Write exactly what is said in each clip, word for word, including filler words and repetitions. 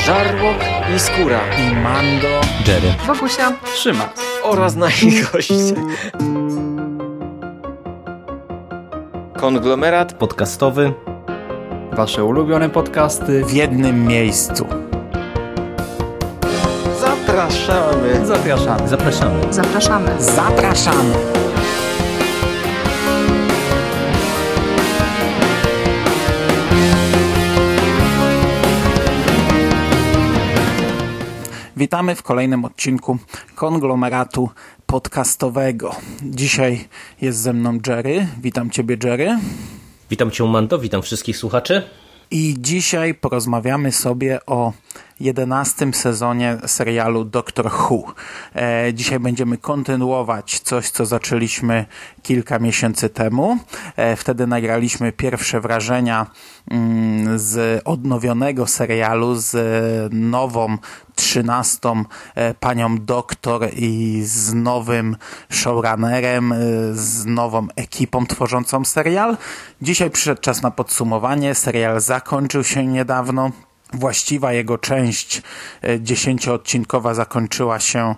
Żarłok i Skóra i Mando, Jerry, Wokusia, Szymas oraz nasi goście. Konglomerat podcastowy. Wasze ulubione podcasty w jednym miejscu. Zapraszamy. Zapraszamy. Zapraszamy. zapraszamy. Zapraszamy. Witamy w kolejnym odcinku Konglomeratu podcastowego. Dzisiaj jest ze mną Jerry. Witam Ciebie, Jerry. Witam Cię, Mando. Witam wszystkich słuchaczy. I dzisiaj porozmawiamy sobie o jedenastym sezonie serialu Doctor Who. E, dzisiaj będziemy kontynuować coś, co zaczęliśmy kilka miesięcy temu. E, wtedy nagraliśmy pierwsze wrażenia mm, z odnowionego serialu, z nową trzynastą e, panią doktor i z nowym showrunnerem, e, z nową ekipą tworzącą serial. Dzisiaj przyszedł czas na podsumowanie. Serial zakończył się niedawno. Właściwa jego część dziesięcioodcinkowa zakończyła się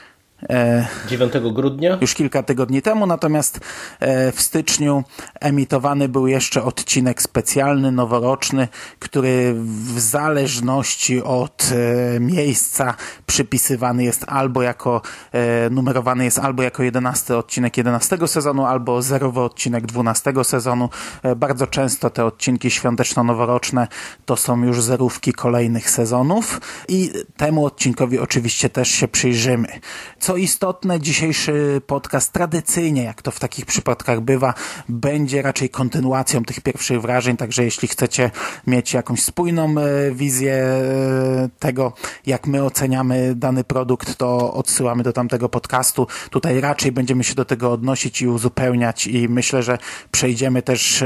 dziewiątego grudnia. Już kilka tygodni temu, natomiast w styczniu emitowany był jeszcze odcinek specjalny, noworoczny, który w zależności od miejsca przypisywany jest albo jako, numerowany jest albo jako jedenasty odcinek jedenastego sezonu, albo zerowy odcinek dwunastego sezonu. Bardzo często te odcinki świąteczno-noworoczne to są już zerówki kolejnych sezonów i temu odcinkowi oczywiście też się przyjrzymy. Co istotne, dzisiejszy podcast tradycyjnie, jak to w takich przypadkach bywa, będzie raczej kontynuacją tych pierwszych wrażeń, także jeśli chcecie mieć jakąś spójną wizję tego, jak my oceniamy dany produkt, to odsyłamy do tamtego podcastu. Tutaj raczej będziemy się do tego odnosić i uzupełniać i myślę, że przejdziemy też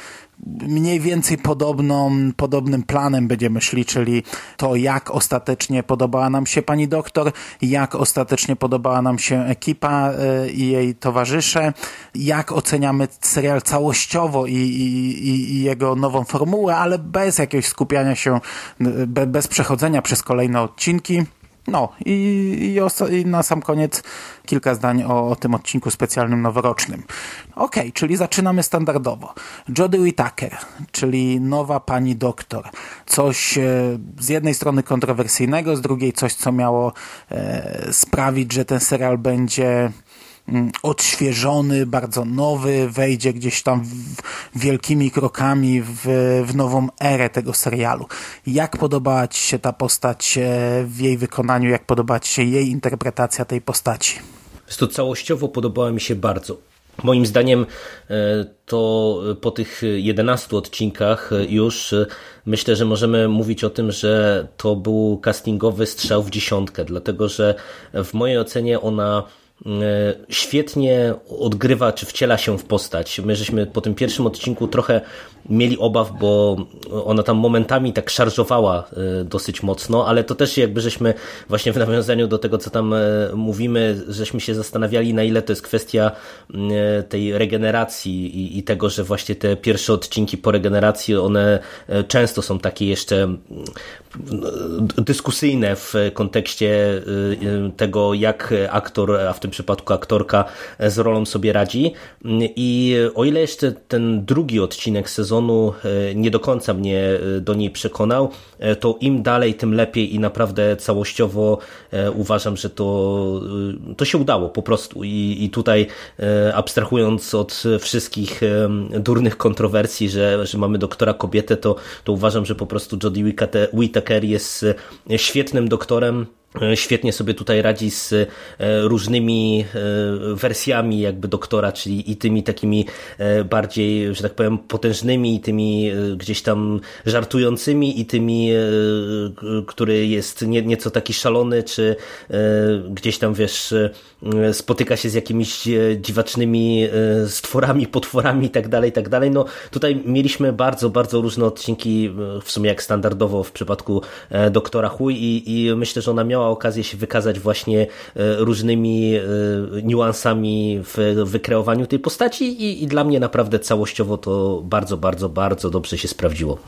mniej więcej podobną, podobnym planem będziemy szli, czyli to, jak ostatecznie podobała nam się pani doktor, jak ostatecznie podobała nam się ekipa i jej towarzysze, jak oceniamy serial całościowo i, i, i jego nową formułę, ale bez jakiegoś skupiania się, bez przechodzenia przez kolejne odcinki. No i, i, oso- i na sam koniec kilka zdań o, o tym odcinku specjalnym noworocznym. Okej, okay, czyli zaczynamy standardowo. Jodie Whittaker, czyli nowa pani doktor. Coś e, z jednej strony kontrowersyjnego, z drugiej coś, co miało e, sprawić, że ten serial będzie odświeżony, bardzo nowy, wejdzie gdzieś tam w, wielkimi krokami w, w nową erę tego serialu. Jak podobała Ci się ta postać w jej wykonaniu, jak podobała Ci się jej interpretacja tej postaci? To całościowo podobała mi się bardzo. Moim zdaniem to po tych jedenastu odcinkach już myślę, że możemy mówić o tym, że to był castingowy strzał w dziesiątkę, dlatego że w mojej ocenie ona świetnie odgrywa, czy wciela się w postać. My żeśmy po tym pierwszym odcinku trochę mieli obaw, bo ona tam momentami tak szarżowała dosyć mocno, ale to też jakby żeśmy właśnie w nawiązaniu do tego, co tam mówimy, żeśmy się zastanawiali, na ile to jest kwestia tej regeneracji i, i tego, że właśnie te pierwsze odcinki po regeneracji, one często są takie jeszcze dyskusyjne w kontekście tego, jak aktor, a w tym przypadku aktorka, z rolą sobie radzi. I o ile jeszcze ten drugi odcinek sezonu nie do końca mnie do niej przekonał, to im dalej, tym lepiej i naprawdę całościowo uważam, że to, to się udało po prostu. I, i tutaj abstrahując od wszystkich durnych kontrowersji, że, że mamy doktora kobietę, to, to uważam, że po prostu Jodie Whittaker jest świetnym doktorem. Świetnie sobie tutaj radzi z różnymi wersjami jakby doktora, czyli i tymi takimi bardziej, że tak powiem, potężnymi, i tymi gdzieś tam żartującymi, i tymi, który jest nie, nieco taki szalony, czy gdzieś tam, wiesz, spotyka się z jakimiś dziwacznymi stworami, potworami i tak dalej, i tak dalej. No tutaj mieliśmy bardzo, bardzo różne odcinki, w sumie jak standardowo w przypadku doktora Who, i, i myślę, że ona miała okazję się wykazać właśnie różnymi niuansami w wykreowaniu tej postaci i, i dla mnie naprawdę całościowo to bardzo, bardzo, bardzo dobrze się sprawdziło.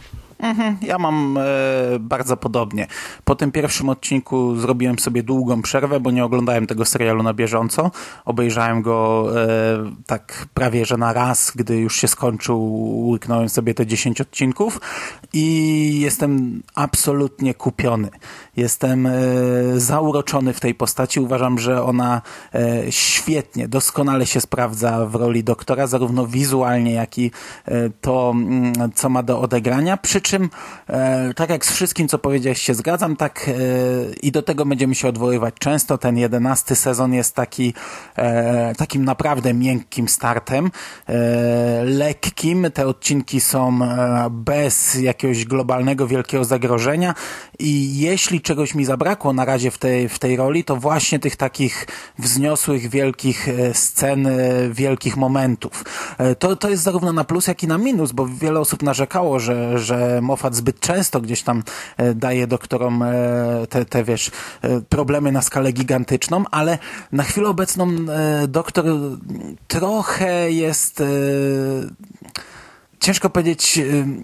Mhm, ja mam e, bardzo podobnie. Po tym pierwszym odcinku zrobiłem sobie długą przerwę, bo nie oglądałem tego serialu na bieżąco. Obejrzałem go e, tak prawie, że na raz, gdy już się skończył, łyknąłem sobie te dziesięć odcinków i jestem absolutnie kupiony. Jestem e, zauroczony w tej postaci. Uważam, że ona e, świetnie, doskonale się sprawdza w roli doktora, zarówno wizualnie, jak i e, to, m, co ma do odegrania. Przy czym, e, tak jak z wszystkim, co powiedziałeś, się zgadzam, tak e, i do tego będziemy się odwoływać często. Ten jedenasty sezon jest taki e, takim naprawdę miękkim startem, e, lekkim. Te odcinki są e, bez jakiegoś globalnego, wielkiego zagrożenia i jeśli czegoś mi zabrakło na razie w tej, w tej roli, to właśnie tych takich wzniosłych, wielkich scen, wielkich momentów. To, to jest zarówno na plus, jak i na minus, bo wiele osób narzekało, że, że Moffat zbyt często gdzieś tam daje doktorom te, te wiesz, problemy na skalę gigantyczną, ale na chwilę obecną doktor trochę jest, ciężko powiedzieć,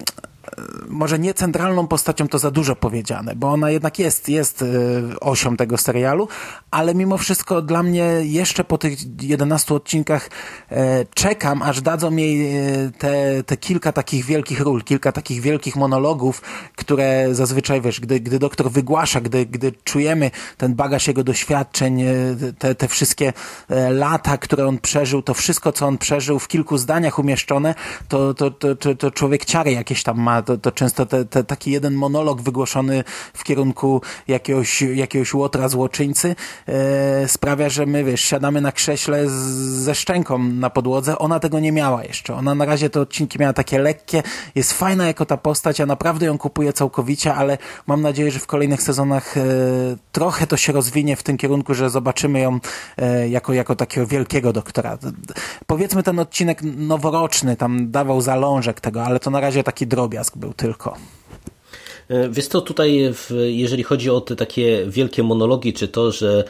może nie centralną postacią, to za dużo powiedziane, bo ona jednak jest, jest osią tego serialu, ale mimo wszystko dla mnie jeszcze po tych jedenastu odcinkach czekam, aż dadzą jej te, te kilka takich wielkich ról, kilka takich wielkich monologów, które zazwyczaj, wiesz, gdy, gdy doktor wygłasza, gdy, gdy czujemy ten bagaż jego doświadczeń, te, te wszystkie lata, które on przeżył, to wszystko, co on przeżył w kilku zdaniach umieszczone, to, to, to, to, to człowiek ciary jakieś tam ma. To, to często te, te, taki jeden monolog wygłoszony w kierunku jakiegoś, jakiegoś łotra złoczyńcy e, sprawia, że my, wiesz, siadamy na krześle z, ze szczęką na podłodze. Ona tego nie miała jeszcze. Ona na razie te odcinki miała takie lekkie. Jest fajna jako ta postać. Ja naprawdę ją kupuję całkowicie, ale mam nadzieję, że w kolejnych sezonach e, trochę to się rozwinie w tym kierunku, że zobaczymy ją e, jako, jako takiego wielkiego doktora. Powiedzmy, ten odcinek noworoczny tam dawał zalążek tego, ale to na razie taki drobiazg był tylko. Wiesz co, tutaj jeżeli chodzi o te takie wielkie monologi, czy to, że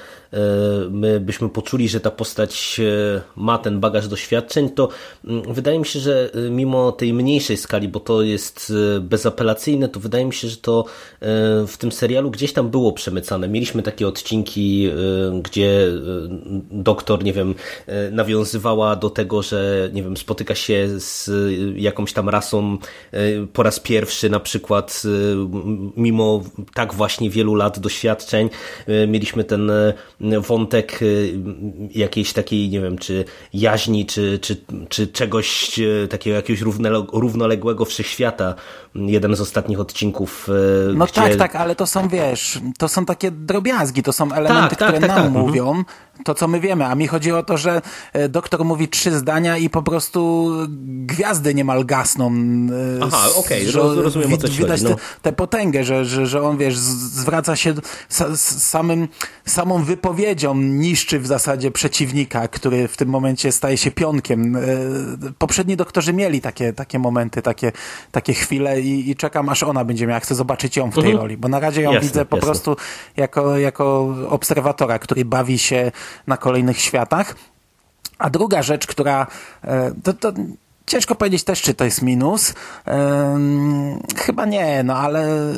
my byśmy poczuli, że ta postać ma ten bagaż doświadczeń, to wydaje mi się, że mimo tej mniejszej skali, bo to jest bezapelacyjne, to wydaje mi się, że to w tym serialu gdzieś tam było przemycane. Mieliśmy takie odcinki, gdzie doktor, nie wiem, nawiązywała do tego, że, nie wiem, spotyka się z jakąś tam rasą po raz pierwszy, na przykład mimo tak właśnie wielu lat doświadczeń. Mieliśmy ten wątek jakiejś takiej, nie wiem, czy jaźni, czy, czy, czy czegoś takiego jakiegoś równoległego wszechświata. Jeden z ostatnich odcinków. No gdzie... tak, tak, ale to są, wiesz, to są takie drobiazgi, to są elementy, tak, tak, które tak, nam tak. mówią Mhm. to, co my wiemy, a mi chodzi o to, że doktor mówi trzy zdania i po prostu gwiazdy niemal gasną. Aha, okej, okay, rozumiem, o co ci widać chodzi. No. tę potęgę, że, że, że on, wiesz, zwraca się z samym, samą wypowiedzią niszczy w zasadzie przeciwnika, który w tym momencie staje się pionkiem. Poprzedni doktorzy mieli takie, takie momenty, takie, takie chwile i, i czekam, aż ona będzie miała. Chcę zobaczyć ją w tej mhm. roli, bo na razie ją jasne, widzę po jasne. prostu jako, jako obserwatora, który bawi się na kolejnych światach. A druga rzecz, która to, to ciężko powiedzieć też, czy to jest minus. Ehm, chyba nie, no ale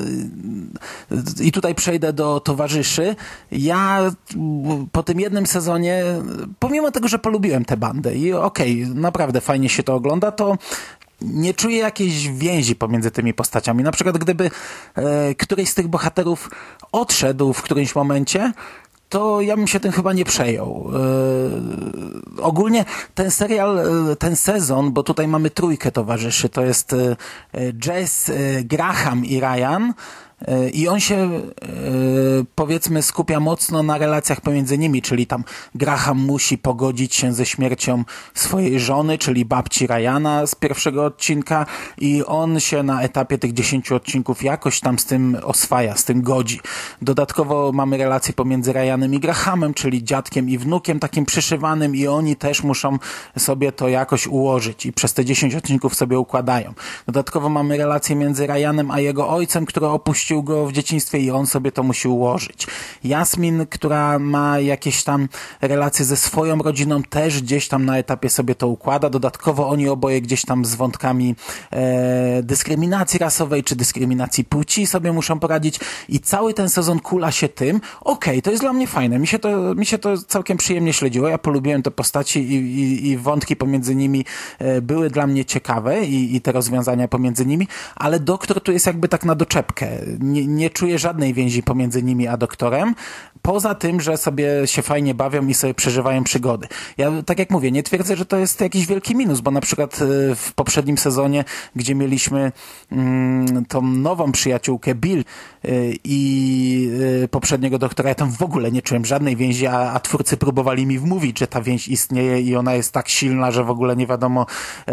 i tutaj przejdę do towarzyszy. Ja po tym jednym sezonie, pomimo tego, że polubiłem tę bandę i okej, okay, naprawdę fajnie się to ogląda, to nie czuję jakiejś więzi pomiędzy tymi postaciami. Na przykład gdyby e, któryś z tych bohaterów odszedł w którymś momencie, to ja bym się tym chyba nie przejął. Yy, ogólnie ten serial, yy, ten sezon, bo tutaj mamy trójkę towarzyszy, to jest yy, Jess, yy, Graham i Ryan. I on się, powiedzmy, skupia mocno na relacjach pomiędzy nimi, czyli tam Graham musi pogodzić się ze śmiercią swojej żony, czyli babci Ryana z pierwszego odcinka i on się na etapie tych dziesięciu odcinków jakoś tam z tym oswaja, z tym godzi. Dodatkowo mamy relacje pomiędzy Ryanem i Grahamem, czyli dziadkiem i wnukiem takim przyszywanym i oni też muszą sobie to jakoś ułożyć i przez te dziesięć odcinków sobie układają. Dodatkowo mamy relacje między Ryanem a jego ojcem, który opuścił puścił go w dzieciństwie i on sobie to musi ułożyć. Jasmin, która ma jakieś tam relacje ze swoją rodziną, też gdzieś tam na etapie sobie to układa. Dodatkowo oni oboje gdzieś tam z wątkami e, dyskryminacji rasowej czy dyskryminacji płci sobie muszą poradzić i cały ten sezon kula się tym, okej, okay, to jest dla mnie fajne, mi się to, mi się to całkiem przyjemnie śledziło, ja polubiłem te postaci i, i, i wątki pomiędzy nimi e, były dla mnie ciekawe i, i te rozwiązania pomiędzy nimi, ale doktor tu jest jakby tak na doczepkę. Nie, nie czuję żadnej więzi pomiędzy nimi a doktorem, poza tym, że sobie się fajnie bawią i sobie przeżywają przygody. Ja, tak jak mówię, nie twierdzę, że to jest jakiś wielki minus, bo na przykład w poprzednim sezonie, gdzie mieliśmy mm, tą nową przyjaciółkę Bill y, i y, poprzedniego doktora, ja tam w ogóle nie czułem żadnej więzi, a, a twórcy próbowali mi wmówić, że ta więź istnieje i ona jest tak silna, że w ogóle nie wiadomo,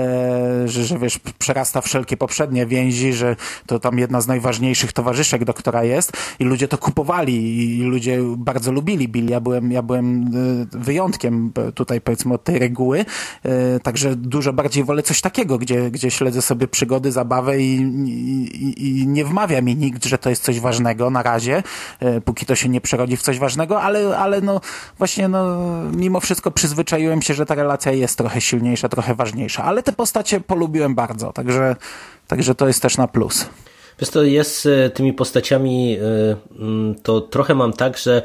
e, że, że wiesz, przerasta wszelkie poprzednie więzi, że to tam jedna z najważniejszych towarzyszek doktora jest i ludzie to kupowali i ludzie bardzo lubili Bill. Ja byłem, ja byłem wyjątkiem tutaj, powiedzmy, od tej reguły, także dużo bardziej wolę coś takiego, gdzie, gdzie śledzę sobie przygody, zabawę i, i, i nie wmawia mi nikt, że to jest coś ważnego na razie, póki to się nie przerodzi w coś ważnego, ale, ale no właśnie no mimo wszystko przyzwyczaiłem się, że ta relacja jest trochę silniejsza, trochę ważniejsza, ale te postacie polubiłem bardzo, także, także to jest też na plus. Wiesz, to jest z tymi postaciami, to trochę mam tak, że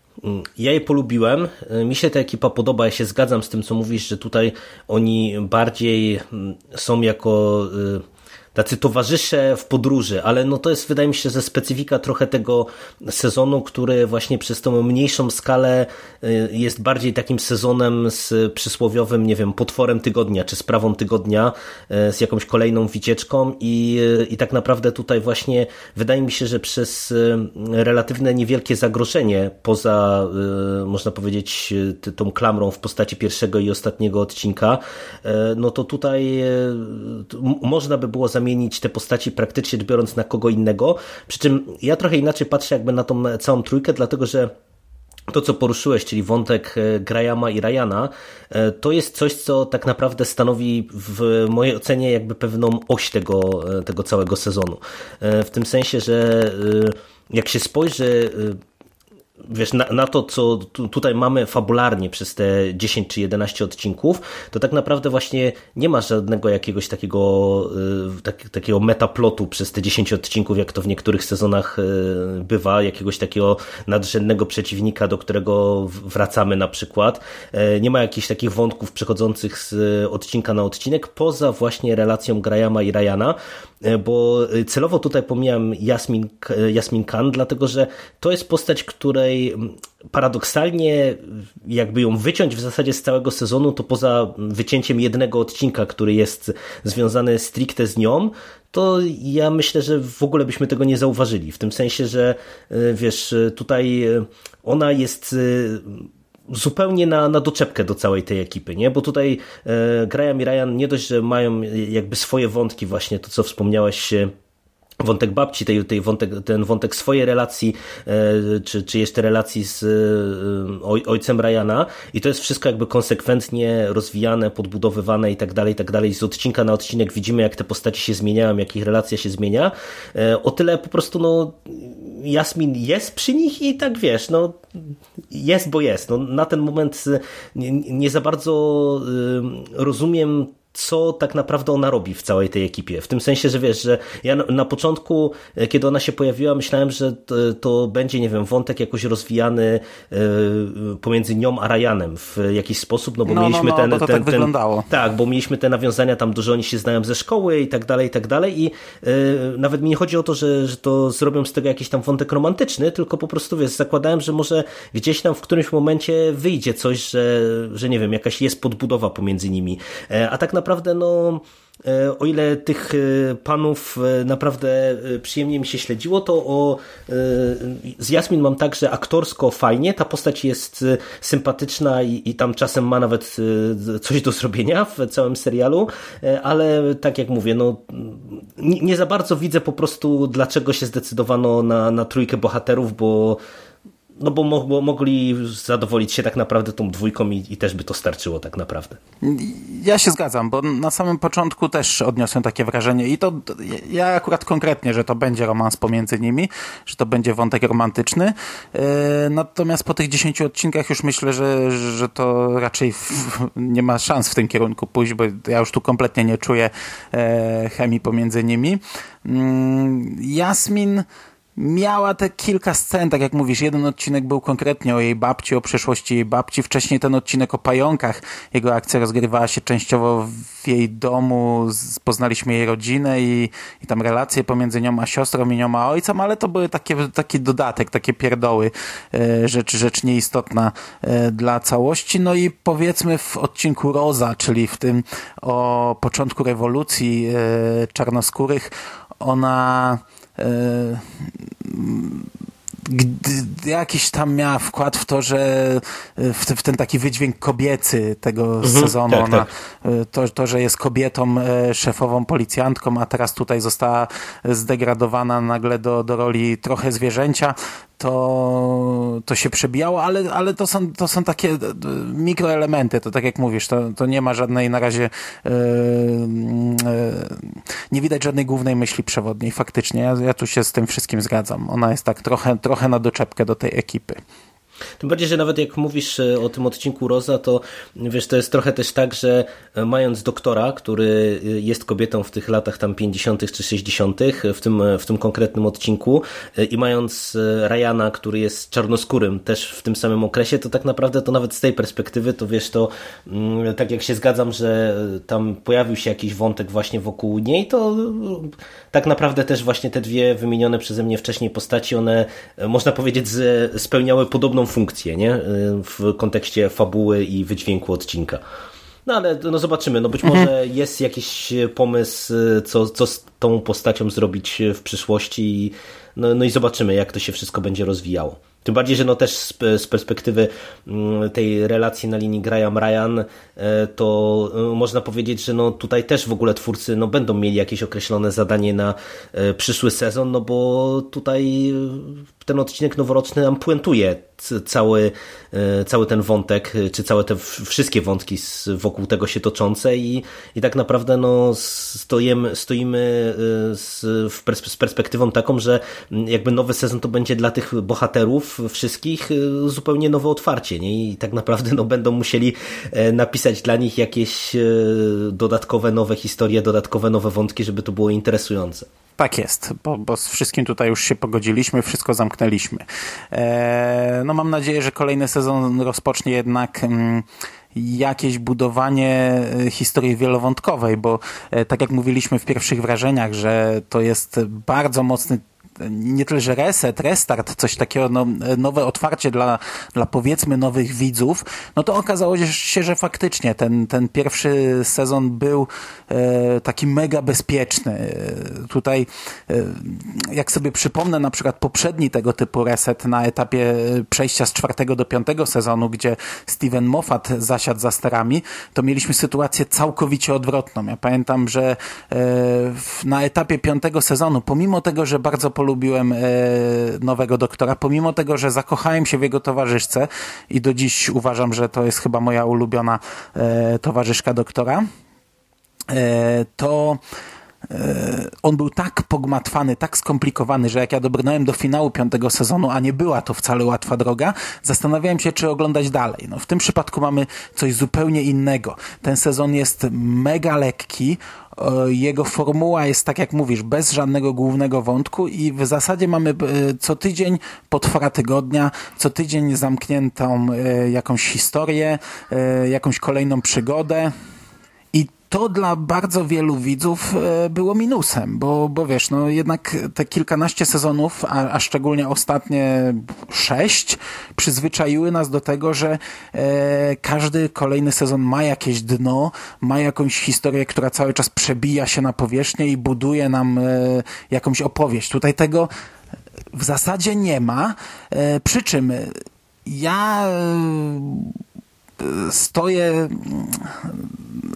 ja je polubiłem, mi się ta ekipa podoba, ja się zgadzam z tym, co mówisz, że tutaj oni bardziej są jako tacy towarzysze w podróży, ale no to jest, wydaje mi się, że specyfika trochę tego sezonu, który właśnie przez tą mniejszą skalę jest bardziej takim sezonem z przysłowiowym, nie wiem, potworem tygodnia, czy sprawą tygodnia, z jakąś kolejną wycieczką i, i tak naprawdę tutaj właśnie wydaje mi się, że przez relatywne niewielkie zagrożenie, poza można powiedzieć tą klamrą w postaci pierwszego i ostatniego odcinka, no to tutaj można by było zamienić te postaci praktycznie biorąc na kogo innego, przy czym ja trochę inaczej patrzę jakby na tą całą trójkę, dlatego że to, co poruszyłeś, czyli wątek Grahama i Ryana, to jest coś, co tak naprawdę stanowi w mojej ocenie jakby pewną oś tego, tego całego sezonu. W tym sensie, że jak się spojrzy wiesz, na, na to, co tu, tutaj mamy fabularnie przez te dziesięć czy jedenaście odcinków, to tak naprawdę właśnie nie ma żadnego jakiegoś takiego, y, tak, takiego metaplotu przez te dziesięć odcinków, jak to w niektórych sezonach y, bywa, jakiegoś takiego nadrzędnego przeciwnika, do którego wracamy na przykład. Y, nie ma jakichś takich wątków przechodzących z odcinka na odcinek, poza właśnie relacją Grahama i Ryana, y, bo celowo tutaj pomijam Jasmin, Jasmin Khan, dlatego że to jest postać, której paradoksalnie jakby ją wyciąć w zasadzie z całego sezonu, to poza wycięciem jednego odcinka, który jest związany stricte z nią, to ja myślę, że w ogóle byśmy tego nie zauważyli. W tym sensie, że wiesz, tutaj ona jest zupełnie na, na doczepkę do całej tej ekipy, nie? Bo tutaj e, Graham i Ryan nie dość, że mają jakby swoje wątki, właśnie to, co wspomniałeś, wątek babci, tej, tej wątek, ten wątek swojej relacji, e, czy, czy jeszcze relacji z e, oj, ojcem Ryana, i to jest wszystko jakby konsekwentnie rozwijane, podbudowywane i tak dalej, i tak dalej. Z odcinka na odcinek widzimy, jak te postaci się zmieniają, jak ich relacja się zmienia. E, o tyle po prostu, no, Jasmin jest przy nich i tak wiesz, no, jest, bo jest. No, na ten moment nie, nie za bardzo y, rozumiem, co tak naprawdę ona robi w całej tej ekipie. W tym sensie, że wiesz, że ja na, na początku, kiedy ona się pojawiła, myślałem, że to, to będzie, nie wiem, wątek jakoś rozwijany y, pomiędzy nią a Ryanem w jakiś sposób, no bo no, mieliśmy no, no, ten... bo to ten, tak ten wyglądało. Tak, bo mieliśmy te nawiązania tam, że oni się znają ze szkoły i tak dalej, i tak dalej, i y, nawet mi nie chodzi o to, że, że to zrobią z tego jakiś tam wątek romantyczny, tylko po prostu, wiesz, zakładałem, że może gdzieś tam w którymś momencie wyjdzie coś, że, że nie wiem, jakaś jest podbudowa pomiędzy nimi. E, a tak naprawdę, no, o ile tych panów naprawdę przyjemnie mi się śledziło, to o, z Jasmin mam tak, że aktorsko fajnie, ta postać jest sympatyczna i, i tam czasem ma nawet coś do zrobienia w całym serialu, ale tak jak mówię, no, nie, nie za bardzo widzę po prostu, dlaczego się zdecydowano na, na trójkę bohaterów, bo no bo mo- mogli zadowolić się tak naprawdę tą dwójką i, i też by to starczyło tak naprawdę. Ja się zgadzam, bo na samym początku też odniosłem takie wrażenie i to ja akurat konkretnie, że to będzie romans pomiędzy nimi, że to będzie wątek romantyczny, natomiast po tych dziesięciu odcinkach już myślę, że, że to raczej w, nie ma szans w tym kierunku pójść, bo ja już tu kompletnie nie czuję chemii pomiędzy nimi. Jasmin miała te kilka scen, tak jak mówisz, jeden odcinek był konkretnie o jej babci, o przeszłości jej babci, wcześniej ten odcinek o pająkach, jego akcja rozgrywała się częściowo w jej domu, poznaliśmy jej rodzinę i, i tam relacje pomiędzy nią a siostrą i nią a ojcem, ale to były takie, taki dodatek, takie pierdoły, e, rzecz, rzecz nieistotna e, dla całości. No i powiedzmy w odcinku Roza, czyli w tym o początku rewolucji e, czarnoskórych, ona Gdy jakiś tam miała wkład w to, że w, te, w ten taki wydźwięk kobiecy tego mhm, sezonu, tak, ona, tak. To, to, że jest kobietą szefową, policjantką, a teraz tutaj została zdegradowana nagle do, do roli trochę zwierzęcia, to, to się przebijało, ale, ale to są, to są takie mikroelementy, to tak jak mówisz, to, to nie ma żadnej na razie yy, yy, nie widać żadnej głównej myśli przewodniej, faktycznie. Ja, ja tu się z tym wszystkim zgadzam. Ona jest tak trochę, trochę na doczepkę do tej ekipy. Tym bardziej, że nawet jak mówisz o tym odcinku Roza, to wiesz, to jest trochę też tak, że mając doktora, który jest kobietą w tych latach tam pięćdziesiątych czy sześćdziesiątych w tym, w tym konkretnym odcinku i mając Ryana, który jest czarnoskórym też w tym samym okresie, to tak naprawdę to nawet z tej perspektywy, to wiesz, to tak jak się zgadzam, że tam pojawił się jakiś wątek właśnie wokół niej, to tak naprawdę też właśnie te dwie wymienione przeze mnie wcześniej postaci, one można powiedzieć, że spełniały podobną funkcję, nie? W kontekście fabuły i wydźwięku odcinka. No ale no zobaczymy, no być mhm. może jest jakiś pomysł, co, co z tą postacią zrobić w przyszłości, no, no i zobaczymy, jak to się wszystko będzie rozwijało. Tym bardziej, że no też z perspektywy tej relacji na linii Graham-Ryan, to można powiedzieć, że no tutaj też w ogóle twórcy no będą mieli jakieś określone zadanie na przyszły sezon, no bo tutaj ten odcinek noworoczny nam puentuje cały, cały ten wątek, czy całe te wszystkie wątki wokół tego się toczące i, i tak naprawdę no stoimy, stoimy z, z perspektywą taką, że jakby nowy sezon to będzie dla tych bohaterów wszystkich zupełnie nowe otwarcie, nie? I tak naprawdę no będą musieli napisać dla nich jakieś dodatkowe nowe historie, dodatkowe nowe wątki, żeby to było interesujące. Tak jest, bo, bo z wszystkim tutaj już się pogodziliśmy, wszystko zamknęliśmy. Eee, no mam nadzieję, że kolejny sezon rozpocznie jednak mm, jakieś budowanie historii wielowątkowej, bo e, tak jak mówiliśmy w pierwszych wrażeniach, że to jest bardzo mocny nie tyle, że reset, restart, coś takiego, no, nowe otwarcie dla, dla powiedzmy nowych widzów, no to okazało się, że faktycznie ten, ten pierwszy sezon był e, taki mega bezpieczny. Tutaj e, jak sobie przypomnę na przykład poprzedni tego typu reset na etapie przejścia z czwartego do piątego sezonu, gdzie Steven Moffat zasiadł za sterami, to mieliśmy sytuację całkowicie odwrotną. Ja pamiętam, że e, na etapie piątego sezonu, pomimo tego, że bardzo lubiłem e, nowego doktora, pomimo tego, że zakochałem się w jego towarzyszce i do dziś uważam, że to jest chyba moja ulubiona e, towarzyszka doktora, e, to e, on był tak pogmatwany, tak skomplikowany, że jak ja dobrnąłem do finału piątego sezonu, a nie była to wcale łatwa droga, zastanawiałem się, czy oglądać dalej. No, w tym przypadku mamy coś zupełnie innego. Ten sezon jest mega lekki, jego formuła jest, tak jak mówisz, bez żadnego głównego wątku i w zasadzie mamy co tydzień, potwora tygodnia, co tydzień zamkniętą jakąś historię, jakąś kolejną przygodę. I to dla bardzo wielu widzów było minusem, bo, bo wiesz, no jednak te kilkanaście sezonów, a, a szczególnie ostatnie sześć, przyzwyczaiły nas do tego, że e, każdy kolejny sezon ma jakieś dno, ma jakąś historię, która cały czas przebija się na powierzchnię i buduje nam e, jakąś opowieść. Tutaj tego w zasadzie nie ma, e, przy czym ja e, stoję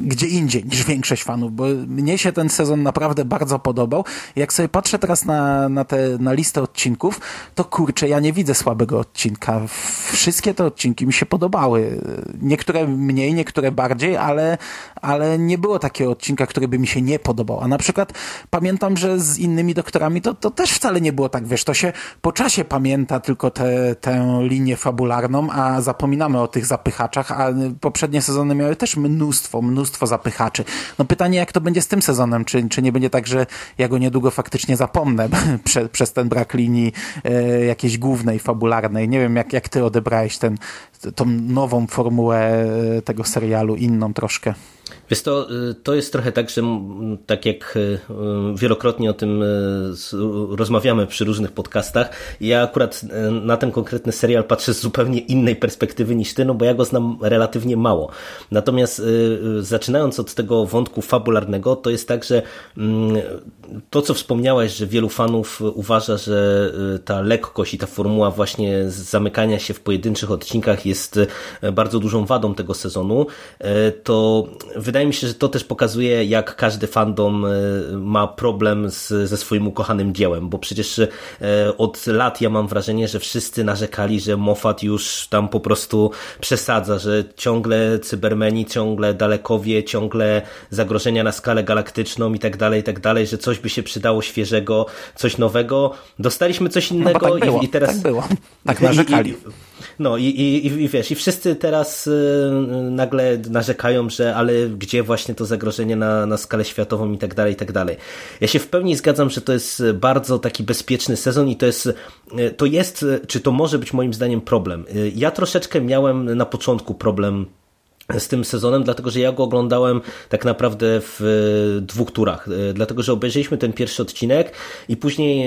gdzie indziej niż większość fanów, bo mnie się ten sezon naprawdę bardzo podobał. Jak sobie patrzę teraz na, na, te, na listę odcinków, to kurczę, ja nie widzę słabego odcinka. Wszystkie te odcinki mi się podobały. Niektóre mniej, niektóre bardziej, ale, ale nie było takiego odcinka, który by mi się nie podobał. A na przykład pamiętam, że z innymi doktorami to, to też wcale nie było tak, wiesz, to się po czasie pamięta tylko tę tę linię fabularną, a zapominamy o tych zapychaczach, a poprzednie sezony miały też mnóstwo, mnóstwo zapychaczy. No pytanie, jak to będzie z tym sezonem? Czy, czy nie będzie tak, że ja go niedługo faktycznie zapomnę prze, przez ten brak linii e, jakiejś głównej, fabularnej. Nie wiem, jak, jak ty odebrałeś ten, tą nową formułę tego serialu, inną troszkę. Wiesz, to, to jest trochę tak, że tak jak wielokrotnie o tym rozmawiamy przy różnych podcastach, ja akurat na ten konkretny serial patrzę z zupełnie innej perspektywy niż ty, no bo ja go znam relatywnie mało. Natomiast zaczynając od tego wątku fabularnego, to jest tak, że to, co wspomniałeś, że wielu fanów uważa, że ta lekkość i ta formuła właśnie zamykania się w pojedynczych odcinkach jest bardzo dużą wadą tego sezonu, to wydaje mi się, że to też pokazuje, jak każdy fandom ma problem z, ze swoim ukochanym dziełem, bo przecież od lat ja mam wrażenie, że wszyscy narzekali, że Moffat już tam po prostu przesadza, że ciągle cybermeni, ciągle dalekowie, ciągle zagrożenia na skalę galaktyczną i tak dalej, i tak dalej, że coś by się przydało świeżego, coś nowego. Dostaliśmy coś innego no tak było, i, i teraz... Tak było, tak narzekali. I, i, no i, i, i wiesz, i wszyscy teraz y, nagle narzekają, że ale gdzie właśnie to zagrożenie na, na skalę światową i tak dalej, i tak dalej. Ja się w pełni zgadzam, że to jest bardzo taki bezpieczny sezon i to jest, to jest, czy to może być moim zdaniem problem. Ja troszeczkę miałem na początku problem z tym sezonem, dlatego że ja go oglądałem tak naprawdę w dwóch turach, dlatego że obejrzeliśmy ten pierwszy odcinek i później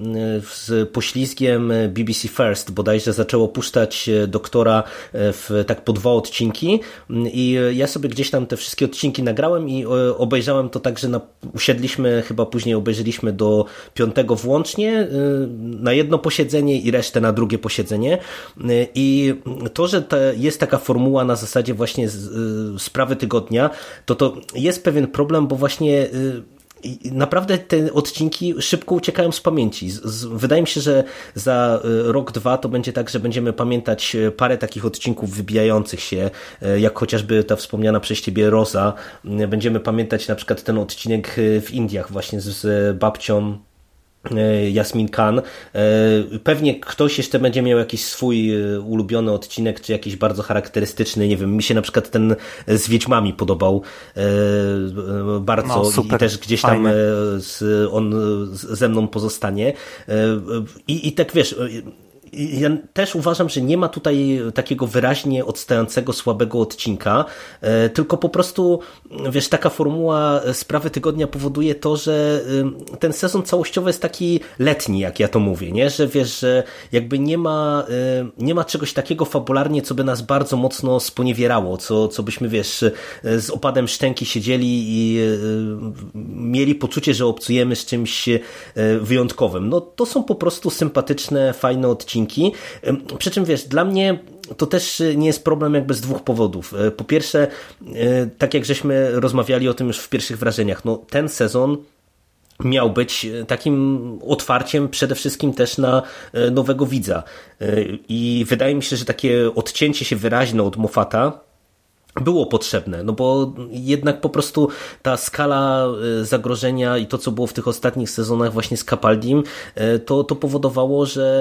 z poślizgiem B B C First bodajże zaczęło puszczać doktora w tak po dwa odcinki i ja sobie gdzieś tam te wszystkie odcinki nagrałem i obejrzałem to tak, że na, usiedliśmy, chyba później obejrzeliśmy do piątego włącznie na jedno posiedzenie i resztę na drugie posiedzenie i to, że ta, jest taka formuła na zasadzie właśnie sprawy tygodnia, to to jest pewien problem, bo właśnie naprawdę te odcinki szybko uciekają z pamięci. Wydaje mi się, że za rok, dwa to będzie tak, że będziemy pamiętać parę takich odcinków wybijających się, jak chociażby ta wspomniana przez ciebie Rosa. Będziemy pamiętać na przykład ten odcinek w Indiach właśnie z babcią Jasmin Khan. Pewnie ktoś jeszcze będzie miał jakiś swój ulubiony odcinek, czy jakiś bardzo charakterystyczny, nie wiem, mi się na przykład ten z Wiedźmami podobał bardzo no, i też gdzieś tam fajnie. On ze mną pozostanie. I, i tak wiesz, ja też uważam, że nie ma tutaj takiego wyraźnie odstającego słabego odcinka, tylko po prostu, wiesz, taka formuła sprawy tygodnia powoduje to, że ten sezon całościowy jest taki letni, jak ja to mówię, nie? Że wiesz, że jakby nie ma, nie ma czegoś takiego fabularnie, co by nas bardzo mocno sponiewierało, co, co byśmy, wiesz, z opadem szczęki siedzieli i mieli poczucie, że obcujemy z czymś wyjątkowym. No to są po prostu sympatyczne, fajne odcinki. Przy czym wiesz, dla mnie to też nie jest problem jakby z dwóch powodów. Po pierwsze, tak jak żeśmy rozmawiali o tym już w pierwszych wrażeniach, no ten sezon miał być takim otwarciem przede wszystkim też na nowego widza. I wydaje mi się, że takie odcięcie się wyraźne od Moffata było potrzebne, no bo jednak po prostu ta skala zagrożenia i to, co było w tych ostatnich sezonach właśnie z Capaldim, to, to powodowało, że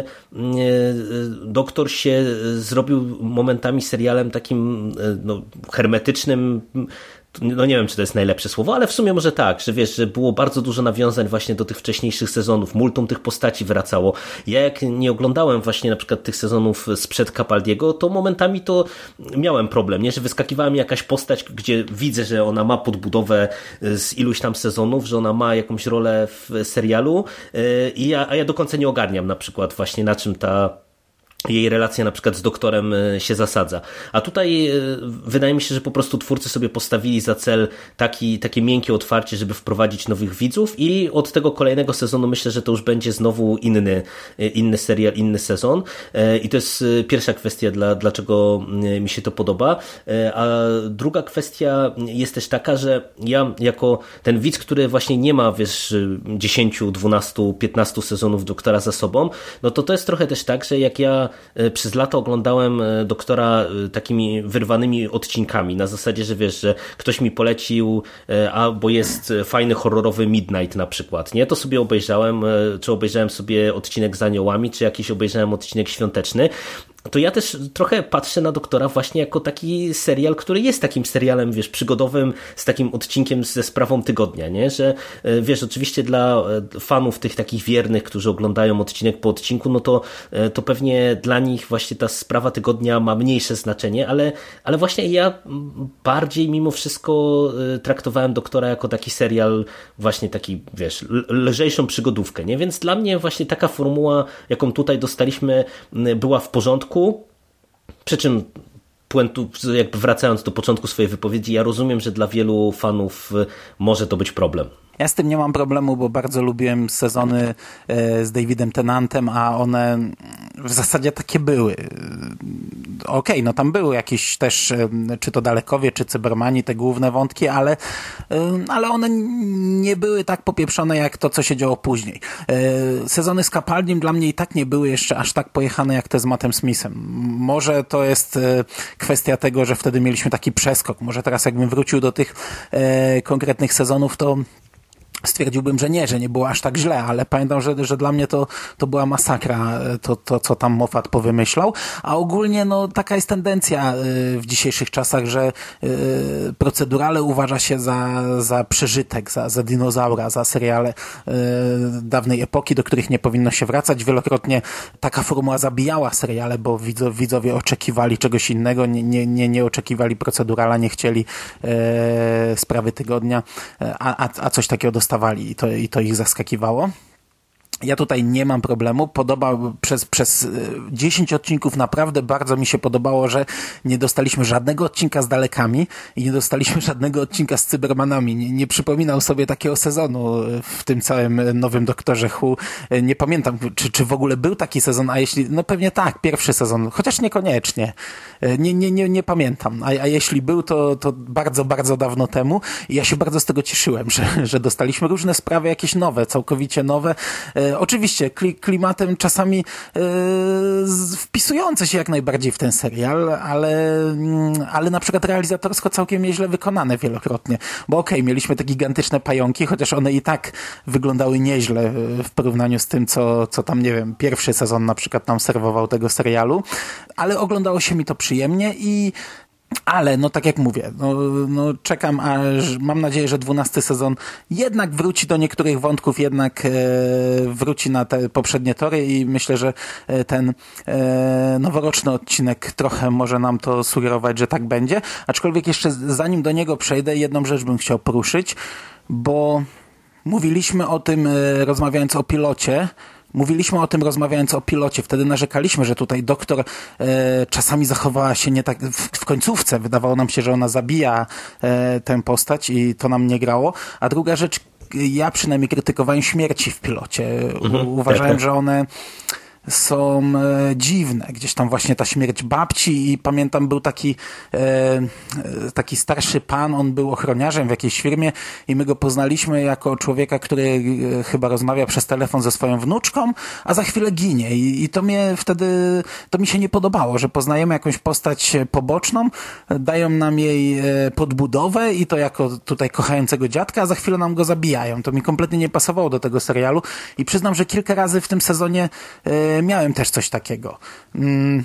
Doktor się zrobił momentami serialem takim no, hermetycznym. No nie wiem, czy to jest najlepsze słowo, ale w sumie może tak, że wiesz, że było bardzo dużo nawiązań właśnie do tych wcześniejszych sezonów, multum tych postaci wracało. Ja jak nie oglądałem właśnie na przykład tych sezonów sprzed Capaldiego, to momentami to miałem problem, nie, że wyskakiwała mi jakaś postać, gdzie widzę, że ona ma podbudowę z iluś tam sezonów, że ona ma jakąś rolę w serialu i ja, a ja do końca nie ogarniam na przykład właśnie na czym ta jej relacja na przykład z doktorem się zasadza. A tutaj wydaje mi się, że po prostu twórcy sobie postawili za cel taki, takie miękkie otwarcie, żeby wprowadzić nowych widzów i od tego kolejnego sezonu myślę, że to już będzie znowu inny, inny serial, inny sezon. I to jest pierwsza kwestia, dla, dlaczego mi się to podoba. A druga kwestia jest też taka, że ja jako ten widz, który właśnie nie ma, wiesz, dziesięć, dwanaście, piętnaście sezonów doktora za sobą, no to to jest trochę też tak, że jak ja przez lata oglądałem doktora takimi wyrwanymi odcinkami, na zasadzie, że wiesz, że ktoś mi polecił, albo jest fajny horrorowy Midnight na przykład, nie? To sobie obejrzałem, czy obejrzałem sobie odcinek z aniołami, czy jakiś obejrzałem odcinek świąteczny. To ja też trochę patrzę na doktora właśnie jako taki serial, który jest takim serialem, wiesz, przygodowym, z takim odcinkiem ze sprawą tygodnia, nie? Że wiesz, oczywiście dla fanów tych takich wiernych, którzy oglądają odcinek po odcinku, no to, to pewnie dla nich właśnie ta sprawa tygodnia ma mniejsze znaczenie, ale, ale właśnie ja bardziej mimo wszystko traktowałem doktora jako taki serial, właśnie taki, wiesz, lżejszą przygodówkę, nie? Więc dla mnie właśnie taka formuła, jaką tutaj dostaliśmy, była w porządku. Przy czym puentu, jakby wracając do początku swojej wypowiedzi, ja rozumiem, że dla wielu fanów może to być problem. Ja z tym nie mam problemu, bo bardzo lubiłem sezony z Davidem Tennantem, a one w zasadzie takie były. Okej, okay, no tam były jakieś też, czy to Dalekowie, czy Cybermani, te główne wątki, ale, ale one nie były tak popieprzone jak to, co się działo później. Sezony z Capaldim dla mnie i tak nie były jeszcze aż tak pojechane jak te z Mattem Smithem. Może to jest kwestia tego, że wtedy mieliśmy taki przeskok. Może teraz jakbym wrócił do tych konkretnych sezonów, to stwierdziłbym, że nie, że nie było aż tak źle, ale pamiętam, że, że dla mnie to, to była masakra, to, to co tam Moffat powymyślał, a ogólnie no taka jest tendencja w dzisiejszych czasach, że procedurale uważa się za, za przeżytek, za, za dinozaura, za seriale dawnej epoki, do których nie powinno się wracać. Wielokrotnie taka formuła zabijała seriale, bo widzowie oczekiwali czegoś innego, nie, nie, nie, nie oczekiwali procedurala, nie chcieli e, sprawy tygodnia, a, a, a coś takiego dostawali i to, i to ich zaskakiwało. Ja tutaj nie mam problemu. Podoba przez, przez dziesięć odcinków naprawdę bardzo mi się podobało, że nie dostaliśmy żadnego odcinka z Dalekami i nie dostaliśmy żadnego odcinka z Cybermanami. Nie, nie przypominał sobie takiego sezonu w tym całym nowym Doktorze Who. Nie pamiętam, czy, czy w ogóle był taki sezon, a jeśli, no pewnie tak, pierwszy sezon, chociaż niekoniecznie. Nie, nie, nie, nie pamiętam. A, a jeśli był, to, to bardzo, bardzo dawno temu i ja się bardzo z tego cieszyłem, że, że dostaliśmy różne sprawy, jakieś nowe, całkowicie nowe. Oczywiście klimatem czasami yy, wpisujące się jak najbardziej w ten serial, ale, ale na przykład realizatorsko całkiem nieźle wykonane wielokrotnie. Bo okej, okay, mieliśmy te gigantyczne pająki, chociaż one i tak wyglądały nieźle w porównaniu z tym, co, co tam, nie wiem, pierwszy sezon na przykład nam serwował tego serialu, ale oglądało się mi to przyjemnie i ale, no tak jak mówię, no, no czekam, aż mam nadzieję, że dwunasty sezon jednak wróci do niektórych wątków, jednak e, wróci na te poprzednie tory i myślę, że ten e, noworoczny odcinek trochę może nam to sugerować, że tak będzie. Aczkolwiek jeszcze zanim do niego przejdę, jedną rzecz bym chciał poruszyć, bo mówiliśmy o tym, e, rozmawiając o pilocie, Mówiliśmy o tym rozmawiając o pilocie. Wtedy narzekaliśmy, że tutaj doktor e, czasami zachowała się nie tak w, w końcówce. Wydawało nam się, że ona zabija e, tę postać i to nam nie grało. A druga rzecz, ja przynajmniej krytykowałem śmierci w pilocie. Mhm, Uważałem, tak, tak. że one są e, dziwne. Gdzieś tam właśnie ta śmierć babci i pamiętam był taki e, taki starszy pan, on był ochroniarzem w jakiejś firmie i my go poznaliśmy jako człowieka, który e, chyba rozmawia przez telefon ze swoją wnuczką, a za chwilę ginie i, i to mnie wtedy, to mi się nie podobało, że poznajemy jakąś postać poboczną, dają nam jej e, podbudowę i to jako tutaj kochającego dziadka, a za chwilę nam go zabijają. To mi kompletnie nie pasowało do tego serialu i przyznam, że kilka razy w tym sezonie e, miałem też coś takiego. Hmm.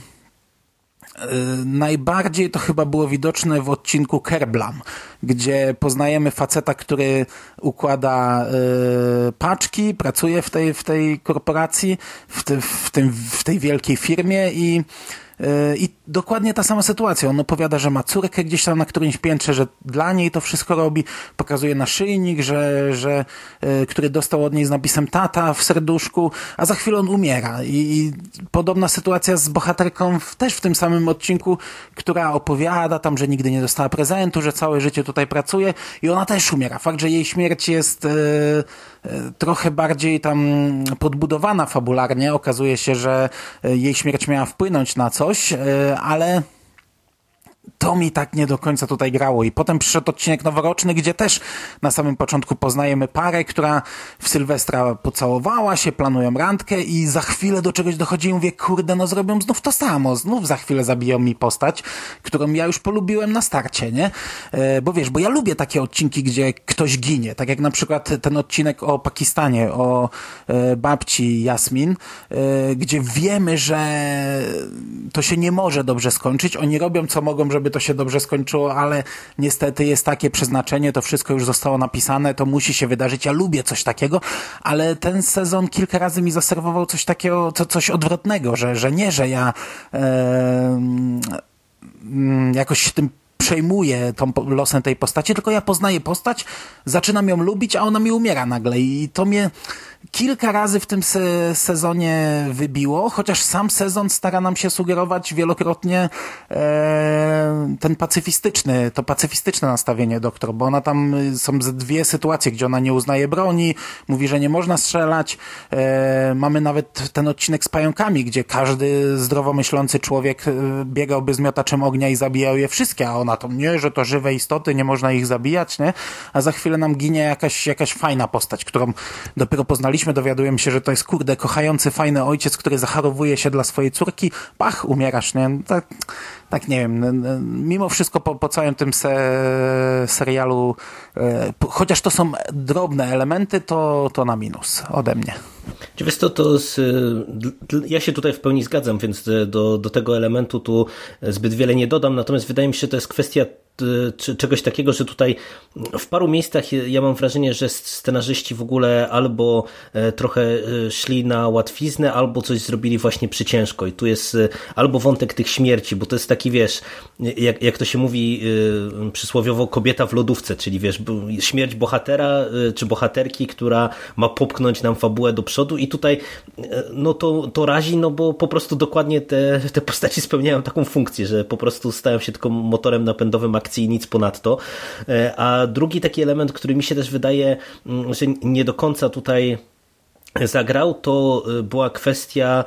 Najbardziej to chyba było widoczne w odcinku Kerblam, gdzie poznajemy faceta, który układa y, paczki, pracuje w tej, w tej korporacji, w, te, w, tym, w tej wielkiej firmie i I dokładnie ta sama sytuacja. On opowiada, że ma córkę gdzieś tam na którymś piętrze, że dla niej to wszystko robi. Pokazuje naszyjnik, że, że, który dostał od niej z napisem tata w serduszku, a za chwilę on umiera. I, i podobna sytuacja z bohaterką w, też w tym samym odcinku, która opowiada tam, że nigdy nie dostała prezentu, że całe życie tutaj pracuje i ona też umiera. Fakt, że jej śmierć jest e, e, trochę bardziej tam podbudowana fabularnie. Okazuje się, że jej śmierć miała wpłynąć na coś, e, ale to mi tak nie do końca tutaj grało. I potem przyszedł odcinek noworoczny, gdzie też na samym początku poznajemy parę, która w Sylwestra pocałowała się, planują randkę i za chwilę do czegoś dochodzi i mówię, kurde, no zrobią znów to samo. Znów za chwilę zabiją mi postać, którą ja już polubiłem na starcie, nie? E, bo wiesz, bo ja lubię takie odcinki, gdzie ktoś ginie. Tak jak na przykład ten odcinek o Pakistanie, o e, babci Jasmin, e, gdzie wiemy, że to się nie może dobrze skończyć. Oni robią co mogą, żeby to się dobrze skończyło, ale niestety jest takie przeznaczenie, to wszystko już zostało napisane, to musi się wydarzyć. Ja lubię coś takiego, ale ten sezon kilka razy mi zaserwował coś takiego, co, coś odwrotnego, że, że nie, że ja e, jakoś się tym przejmuję tą losem tej postaci, tylko ja poznaję postać, zaczynam ją lubić, a ona mi umiera nagle i to mnie kilka razy w tym se- sezonie wybiło, chociaż sam sezon stara nam się sugerować wielokrotnie e, ten pacyfistyczny, to pacyfistyczne nastawienie doktor, bo ona tam, są ze dwie sytuacje, gdzie ona nie uznaje broni, mówi, że nie można strzelać. E, mamy nawet ten odcinek z pająkami, gdzie każdy zdrowo myślący człowiek biegałby z miotaczem ognia i zabijał je wszystkie, a ona to nie, że to żywe istoty, nie można ich zabijać, nie? A za chwilę nam ginie jakaś, jakaś fajna postać, którą dopiero poznaliśmy. Dowiadujemy się, że to jest, kurde, kochający, fajny ojciec, który zachorowuje się dla swojej córki. Pach, umierasz, nie? Tak, tak nie wiem. Mimo wszystko po, po całym tym se, serialu, e, chociaż to są drobne elementy, to, to na minus ode mnie. Wiesz to, to z, ja się tutaj w pełni zgadzam, więc do, do tego elementu tu zbyt wiele nie dodam, natomiast wydaje mi się, że to jest kwestia czegoś takiego, że tutaj w paru miejscach ja mam wrażenie, że scenarzyści w ogóle albo trochę szli na łatwiznę, albo coś zrobili właśnie przyciężko i tu jest albo wątek tych śmierci, bo to jest taki, wiesz, jak, jak to się mówi przysłowiowo, kobieta w lodówce, czyli wiesz, śmierć bohatera czy bohaterki, która ma popchnąć nam fabułę do przodu i tutaj no to, to razi, no bo po prostu dokładnie te, te postaci spełniają taką funkcję, że po prostu stają się tylko motorem napędowym akcji i nic ponadto. A drugi taki element, który mi się też wydaje, że nie do końca tutaj zagrał, to była kwestia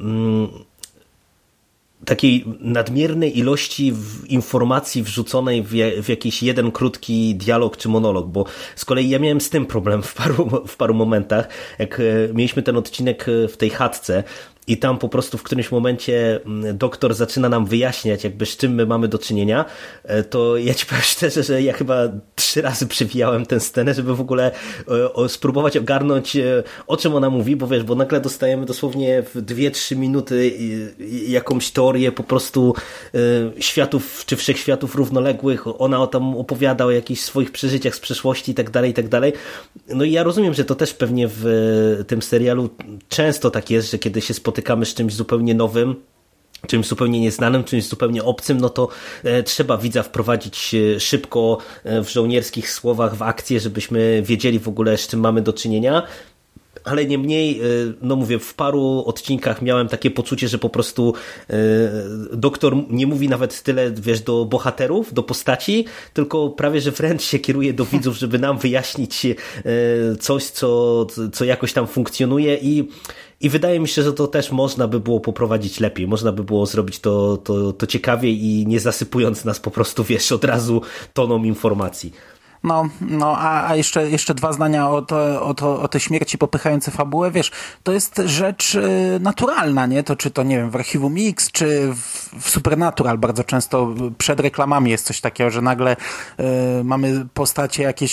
takiej nadmiernej ilości informacji wrzuconej w, w jakiś jeden krótki dialog czy monolog, bo z kolei ja miałem z tym problem w paru, w paru momentach, jak mieliśmy ten odcinek w tej chatce i tam po prostu w którymś momencie doktor zaczyna nam wyjaśniać, jakby z czym my mamy do czynienia, to ja ci powiem szczerze, że ja chyba trzy razy przewijałem tę scenę, żeby w ogóle o, o, spróbować ogarnąć, o czym ona mówi, bo wiesz, bo nagle dostajemy dosłownie w dwie trzy minuty jakąś teorię po prostu światów, czy wszechświatów równoległych, ona tam opowiada o jakichś swoich przeżyciach z przeszłości i tak dalej, i tak dalej. No i ja rozumiem, że to też pewnie w tym serialu często tak jest, że kiedy się spotykamy z czymś zupełnie nowym, czymś zupełnie nieznanym, czymś zupełnie obcym, no to e, trzeba widza wprowadzić e, szybko e, w żołnierskich słowach w akcję, żebyśmy wiedzieli w ogóle, z czym mamy do czynienia. Ale niemniej, no mówię, w paru odcinkach miałem takie poczucie, że po prostu e, doktor nie mówi nawet tyle, wiesz, do bohaterów, do postaci, tylko prawie, że wręcz się kieruje do widzów, żeby nam wyjaśnić e, coś, co, co jakoś tam funkcjonuje i I wydaje mi się, że to też można by było poprowadzić lepiej. Można by było zrobić to, to, to ciekawiej i nie zasypując nas po prostu, wiesz, od razu toną informacji. No, no a, a jeszcze, jeszcze dwa zdania o, to, o, to, o te śmierci popychające fabułę. Wiesz, to jest rzecz y, naturalna, nie? To czy to, nie wiem, w Archiwum X, czy w, w Supernatural bardzo często przed reklamami jest coś takiego, że nagle y, mamy postacie jakieś,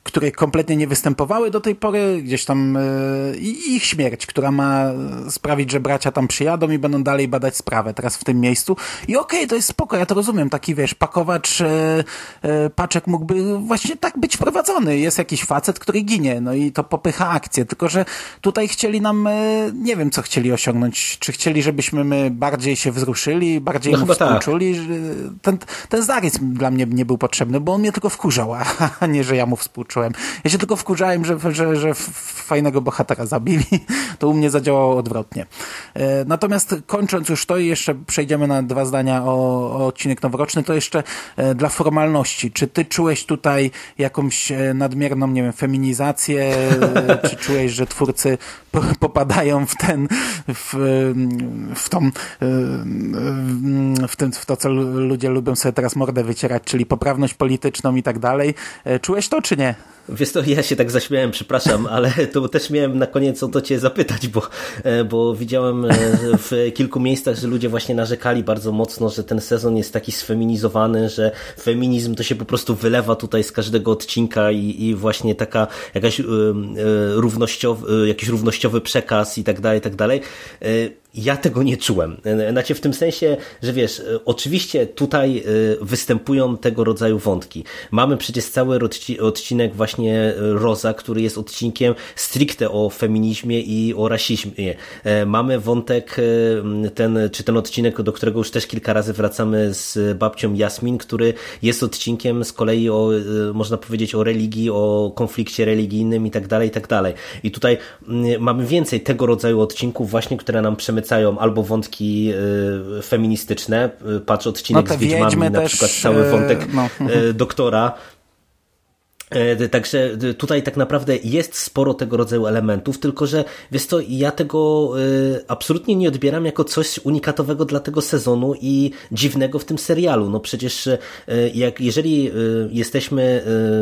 które kompletnie nie występowały do tej pory, gdzieś tam e, i ich śmierć, która ma sprawić, że bracia tam przyjadą i będą dalej badać sprawę teraz w tym miejscu. I okej, okay, to jest spoko, ja to rozumiem, taki wiesz, pakowacz e, e, paczek mógłby właśnie tak być prowadzony. Jest jakiś facet, który ginie, no i to popycha akcję, tylko że tutaj chcieli nam, e, nie wiem co chcieli osiągnąć, czy chcieli, żebyśmy my bardziej się wzruszyli, bardziej no mu współczuli. Tak. Ten, ten zarys dla mnie nie był potrzebny, bo on mnie tylko wkurzał, a nie, że ja mu współczułem. Ja się tylko wkurzałem, że, że, że fajnego bohatera zabili. To u mnie zadziałało odwrotnie. E, natomiast kończąc już to i jeszcze przejdziemy na dwa zdania o, o odcinek noworoczny, to jeszcze e, dla formalności. Czy ty czułeś tutaj jakąś e, nadmierną, nie wiem, feminizację? E, czy czułeś, że twórcy po, popadają w ten, w, w tą, w, ten, w to, co ludzie lubią sobie teraz mordę wycierać, czyli poprawność polityczną i tak dalej. E, czułeś to, czy nie? Wiesz to, ja się tak zaśmiałem, przepraszam, ale to też miałem na koniec o to cię zapytać, bo, bo widziałem w kilku miejscach, że ludzie właśnie narzekali bardzo mocno, że ten sezon jest taki sfeminizowany, że feminizm to się po prostu wylewa tutaj z każdego odcinka i, i właśnie taka jakaś równościowy, jakiś równościowy przekaz i tak dalej, i tak dalej. Ja tego nie czułem. Znaczy w tym sensie, że wiesz, oczywiście tutaj występują tego rodzaju wątki. Mamy przecież cały odcinek właśnie Roza, który jest odcinkiem stricte o feminizmie i o rasizmie. Mamy wątek ten, czy ten odcinek, do którego już też kilka razy wracamy z babcią Jasmin, który jest odcinkiem z kolei o, można powiedzieć, o religii, o konflikcie religijnym i tak dalej, i tak dalej. I tutaj mamy więcej tego rodzaju odcinków właśnie, które nam przemycają albo wątki y, feministyczne, patrz odcinek no z Wiedźmami, na też, przykład cały wątek no. y, doktora. Także tutaj tak naprawdę jest sporo tego rodzaju elementów, tylko że wiesz co, ja tego y, absolutnie nie odbieram jako coś unikatowego dla tego sezonu i dziwnego w tym serialu. No przecież y, jak, jeżeli y, jesteśmy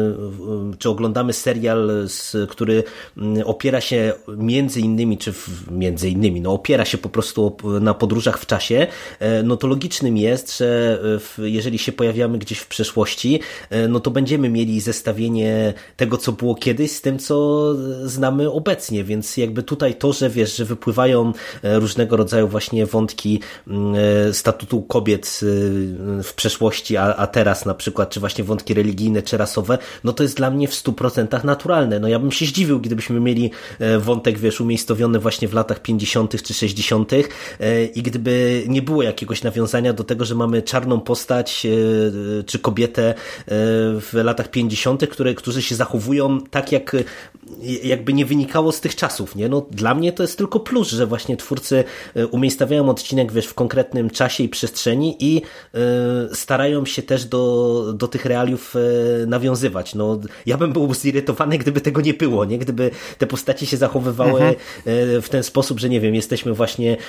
y, czy oglądamy serial, z, który y, opiera się między innymi, czy w, między innymi, no opiera się po prostu na podróżach w czasie, y, no to logicznym jest, że y, jeżeli się pojawiamy gdzieś w przeszłości, y, no to będziemy mieli zestawienie tego, co było kiedyś z tym, co znamy obecnie, więc jakby tutaj to, że wiesz, że wypływają różnego rodzaju właśnie wątki statutu kobiet w przeszłości, a, a teraz na przykład, czy właśnie wątki religijne, czy rasowe, no to jest dla mnie w stu procentach naturalne. No ja bym się zdziwił, gdybyśmy mieli wątek, wiesz, umiejscowiony właśnie w latach pięćdziesiątych czy sześćdziesiątych i gdyby nie było jakiegoś nawiązania do tego, że mamy czarną postać czy kobietę w latach pięćdziesiątych, które którzy się zachowują tak, jak jakby nie wynikało z tych czasów, nie? No, dla mnie to jest tylko plus, że właśnie twórcy umiejscawiają odcinek, wiesz, w konkretnym czasie i przestrzeni i y, starają się też do, do tych realiów y, nawiązywać. No, ja bym był zirytowany, gdyby tego nie było, nie? Gdyby te postacie się zachowywały mhm. y, w ten sposób, że nie wiem, jesteśmy właśnie y,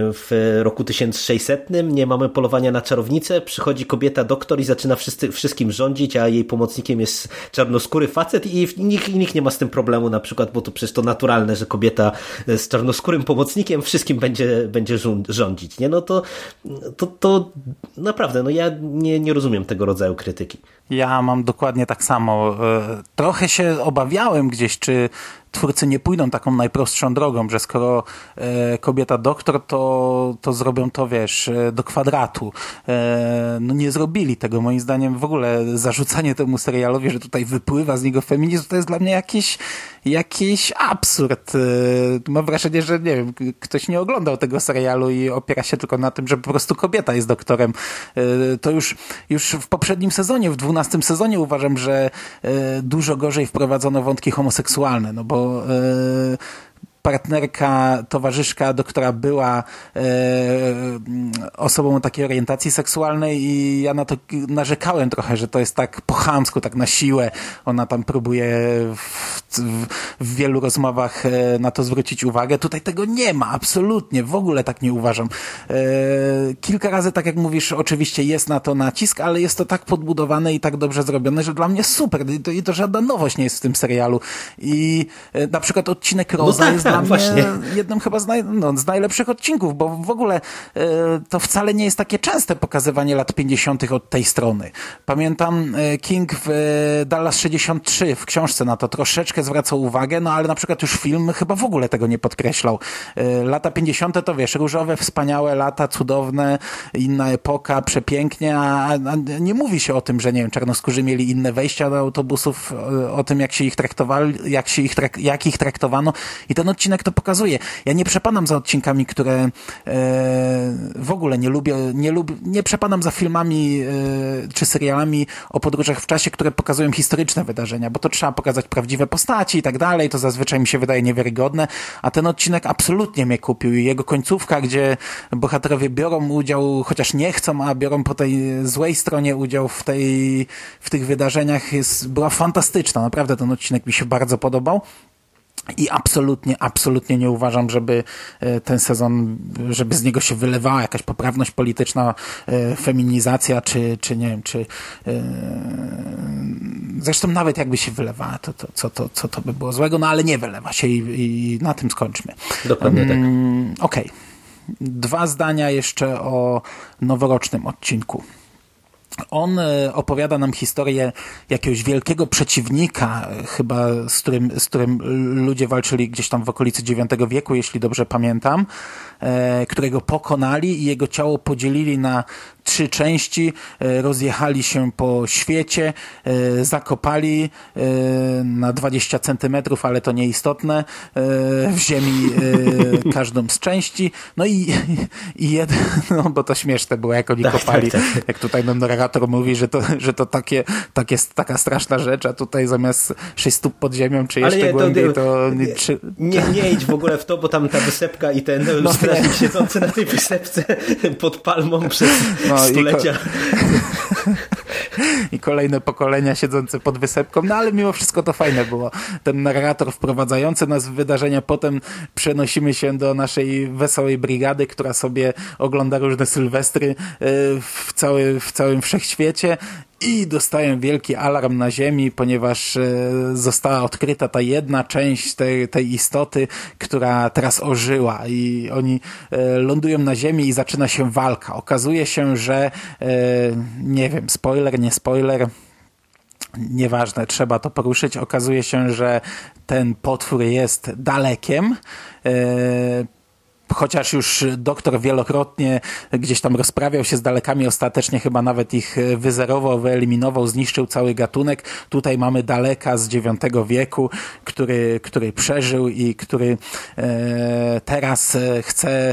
w roku tysiąc sześćsetnym, nie mamy polowania na czarownicę, przychodzi kobieta doktor i zaczyna wszyscy, wszystkim rządzić, a jej pomocnikiem jest czarnoskóry facet i nikt, nikt nie ma z tym problemu na przykład, bo to przecież to naturalne, że kobieta z czarnoskórym pomocnikiem wszystkim będzie, będzie rządzić, nie? No to, to, to naprawdę, no ja nie, nie rozumiem tego rodzaju krytyki. Ja mam dokładnie tak samo. Trochę się obawiałem gdzieś, czy twórcy nie pójdą taką najprostszą drogą, że skoro e, kobieta doktor, to, to zrobią to, wiesz, do kwadratu. E, no nie zrobili tego. Moim zdaniem w ogóle zarzucanie temu serialowi, że tutaj wypływa z niego feminizm, to jest dla mnie jakiś, jakiś absurd. E, mam wrażenie, że nie wiem, ktoś nie oglądał tego serialu i opiera się tylko na tym, że po prostu kobieta jest doktorem. E, to już, już w poprzednim sezonie, w dwunastym sezonie uważam, że e, dużo gorzej wprowadzono wątki homoseksualne, no bo Yy, partnerka, towarzyszka doktora była e, osobą o takiej orientacji seksualnej i ja na to narzekałem trochę, że to jest tak po chamsku, tak na siłę. Ona tam próbuje w, w, w wielu rozmowach e, na to zwrócić uwagę. Tutaj tego nie ma, absolutnie, w ogóle tak nie uważam. E, kilka razy, tak jak mówisz, oczywiście jest na to nacisk, ale jest to tak podbudowane i tak dobrze zrobione, że dla mnie super. I to, i to żadna nowość nie jest w tym serialu. I e, na przykład odcinek Roza no tak, jest tak. dla właśnie. mnie jednym chyba z, naj, no, z najlepszych odcinków, bo w ogóle y, to wcale nie jest takie częste pokazywanie lat pięćdziesiątych od tej strony. Pamiętam y, King w y, Dallas sześćdziesiąt trzy w książce na to troszeczkę zwracał uwagę, no ale na przykład już film chyba w ogóle tego nie podkreślał. Y, lata pięćdziesiąte to wiesz, różowe, wspaniałe lata, cudowne, inna epoka, przepięknie, a, a nie mówi się o tym, że nie wiem, czarnoskórzy mieli inne wejścia do autobusów, y, o tym jak się ich traktowali, jak się ich, trak- jak ich traktowano i ten odcinek to pokazuje. Ja nie przepadam za odcinkami, które e, w ogóle nie lubię, nie lubię, nie przepadam za filmami e, czy serialami o podróżach w czasie, które pokazują historyczne wydarzenia, bo to trzeba pokazać prawdziwe postaci i tak dalej, to zazwyczaj mi się wydaje niewiarygodne, a ten odcinek absolutnie mnie kupił i jego końcówka, gdzie bohaterowie biorą udział, chociaż nie chcą, a biorą po tej złej stronie udział w tej, w tych wydarzeniach jest, była fantastyczna. Naprawdę ten odcinek mi się bardzo podobał. I absolutnie, absolutnie nie uważam, żeby ten sezon, żeby z niego się wylewała jakaś poprawność polityczna, feminizacja, czy, czy nie wiem, czy zresztą nawet jakby się wylewała, to, to, co, to, co to by było złego, no ale nie wylewa się i, i na tym skończmy. Dokładnie tak. Um, Okej. Okay. Dwa zdania jeszcze o noworocznym odcinku. On opowiada nam historię jakiegoś wielkiego przeciwnika, chyba z którym, z którym ludzie walczyli gdzieś tam w okolicy dziewiątego wieku, jeśli dobrze pamiętam, e, którego pokonali i jego ciało podzielili na trzy części, e, rozjechali się po świecie, e, zakopali e, na dwadzieścia centymetrów, ale to nieistotne, e, w ziemi e, każdą z części. No i, i jeden, no bo to śmieszne było, jak oni tak, kopali, tak, tak. jak tutaj nam narrator mówi, że to, że to takie, tak jest taka straszna rzecz, a tutaj zamiast sześć stóp pod ziemią, czy jeszcze nie, głębiej, to... to nie, nie, czy... nie, nie idź w ogóle w to, bo tam ta wysepka i ten no, strażnik siedzący na tej wysepce pod palmą przez no, stulecia. I, ko- I kolejne pokolenia siedzące pod wysepką, no ale mimo wszystko to fajne było. Ten narrator wprowadzający nas w wydarzenia, potem przenosimy się do naszej wesołej brygady, która sobie ogląda różne sylwestry w, cały, w całym wszechświecie i dostają wielki alarm na ziemi, ponieważ e, została odkryta ta jedna część tej, tej istoty, która teraz ożyła i oni e, lądują na ziemi i zaczyna się walka. Okazuje się, że e, nie wiem, spoiler, nie spoiler, nieważne, trzeba to poruszyć. Okazuje się, że ten potwór jest Dalekiem, e, chociaż już doktor wielokrotnie gdzieś tam rozprawiał się z Dalekami, ostatecznie chyba nawet ich wyzerował, wyeliminował, zniszczył cały gatunek. Tutaj mamy Daleka z dziewiątego wieku, który, który przeżył i który e, teraz chce e,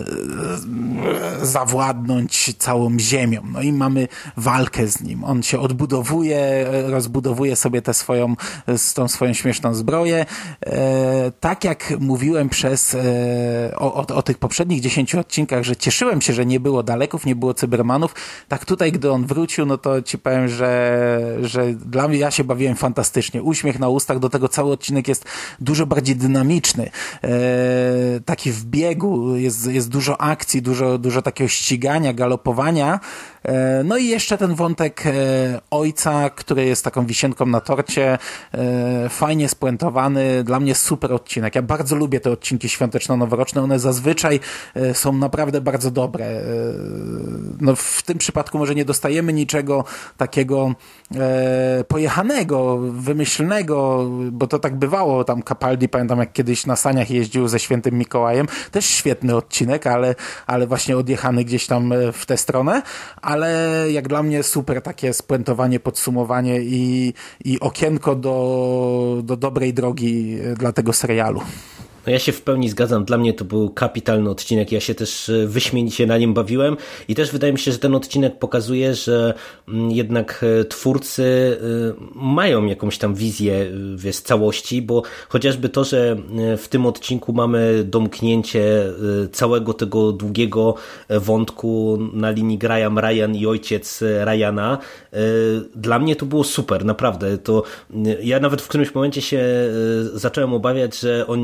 zawładnąć całą ziemią. No i mamy walkę z nim. On się odbudowuje, rozbudowuje sobie tę swoją, z tą swoją śmieszną zbroję. E, tak jak mówiłem przez e, o, o tych poprzednich dziesięciu odcinkach, że cieszyłem się, że nie było Daleków, nie było Cybermanów, tak tutaj, gdy on wrócił, no to ci powiem, że, że dla mnie, ja się bawiłem fantastycznie. Uśmiech na ustach, do tego cały odcinek jest dużo bardziej dynamiczny. E, taki w biegu, jest, jest dużo akcji, dużo, dużo takiego ścigania, galopowania. E, no i jeszcze ten wątek e, ojca, który jest taką wisienką na torcie, e, fajnie spuentowany, dla mnie super odcinek. Ja bardzo lubię te odcinki świąteczno-noworoczne, one zazwyczaj są naprawdę bardzo dobre. No w tym przypadku może nie dostajemy niczego takiego e, pojechanego, wymyślnego, bo to tak bywało. Tam Capaldi, pamiętam jak kiedyś na saniach jeździł ze Świętym Mikołajem. Też świetny odcinek, ale, ale właśnie odjechany gdzieś tam w tę stronę. Ale jak dla mnie super takie spuentowanie, podsumowanie i, i okienko do, do dobrej drogi dla tego serialu. No ja się w pełni zgadzam. Dla mnie to był kapitalny odcinek. Ja się też wyśmienicie na nim bawiłem i też wydaje mi się, że ten odcinek pokazuje, że jednak twórcy mają jakąś tam wizję, wiesz, całości, bo chociażby to, że w tym odcinku mamy domknięcie całego tego długiego wątku na linii Graham, Ryan i ojciec Ryana, dla mnie to było super, naprawdę. To ja nawet w którymś momencie się zacząłem obawiać, że oni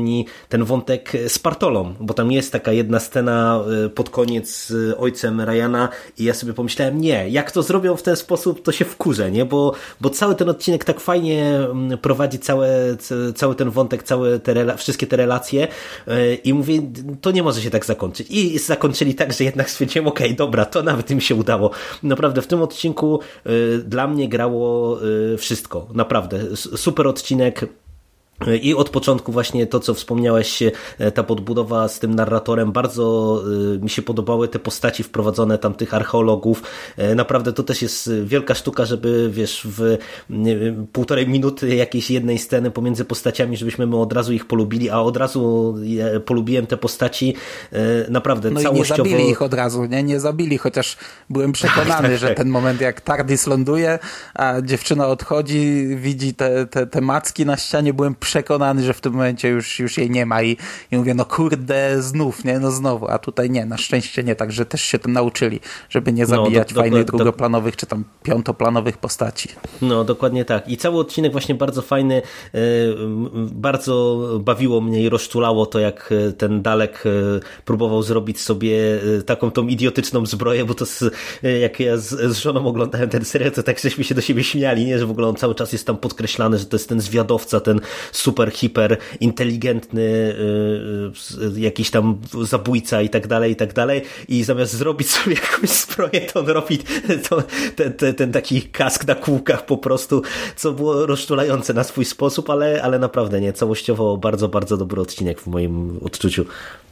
ten wątek z Partolą, bo tam jest taka jedna scena pod koniec z ojcem Ryana i ja sobie pomyślałem, nie, jak to zrobią w ten sposób, to się wkurzę, nie? Bo, bo cały ten odcinek tak fajnie prowadzi całe, cały ten wątek, całe te, wszystkie te relacje i mówię, to nie może się tak zakończyć. I zakończyli tak, że jednak stwierdziłem, okej, okay, dobra, to nawet im się udało. Naprawdę w tym odcinku dla mnie grało wszystko. Naprawdę. Super odcinek. I od początku właśnie to, co wspomniałeś, ta podbudowa z tym narratorem, bardzo mi się podobały te postaci wprowadzone tam tych archeologów. Naprawdę to też jest wielka sztuka, żeby wiesz, w półtorej minuty jakiejś jednej sceny pomiędzy postaciami, żebyśmy my od razu ich polubili, a od razu polubiłem te postaci naprawdę no całościowo. No i nie zabili ich od razu, nie? Nie zabili, chociaż byłem przekonany, tak, tak, że tak. Ten moment jak TARDIS ląduje, a dziewczyna odchodzi, widzi te, te, te macki na ścianie, byłem przekonany, że w tym momencie już, już jej nie ma i, i mówię, no kurde, znów, nie, no znowu, a tutaj nie, na szczęście nie, także też się tym nauczyli, żeby nie zabijać no, do, fajnych do, drugoplanowych, do... czy tam piątoplanowych postaci. No, dokładnie tak. I cały odcinek właśnie bardzo fajny, bardzo bawiło mnie i rozczulało to, jak ten Dalek próbował zrobić sobie taką tą idiotyczną zbroję, bo to z, jak ja z, z żoną oglądałem ten serial, to tak żeśmy się do siebie śmiali, nie, że w ogóle on cały czas jest tam podkreślany, że to jest ten zwiadowca, ten super, hiper, inteligentny yy, jakiś tam zabójca i tak dalej, i tak dalej. I zamiast zrobić sobie jakąś zbroję, to on robi to, ten, ten, ten taki kask na kółkach po prostu, co było rozczulające na swój sposób, ale, ale naprawdę nie, całościowo bardzo, bardzo dobry odcinek w moim odczuciu.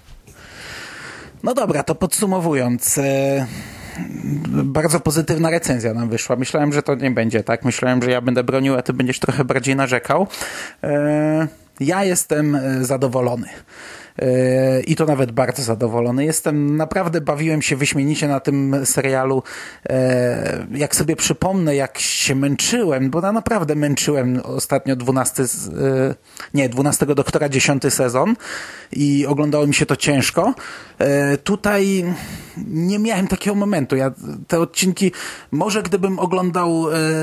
No dobra, to podsumowując... Yy... Bardzo pozytywna recenzja nam wyszła. Myślałem, że to nie będzie tak. Myślałem, że ja będę bronił, a ty będziesz trochę bardziej narzekał. Ja jestem zadowolony. I to nawet bardzo zadowolony. Jestem, naprawdę bawiłem się wyśmienicie na tym serialu. Jak sobie przypomnę, jak się męczyłem, bo ja naprawdę męczyłem ostatnio dwunasty, nie, dwunastego Doktora, dziesiąty sezon i oglądało mi się to ciężko. Tutaj nie miałem takiego momentu. Ja te odcinki, może gdybym oglądał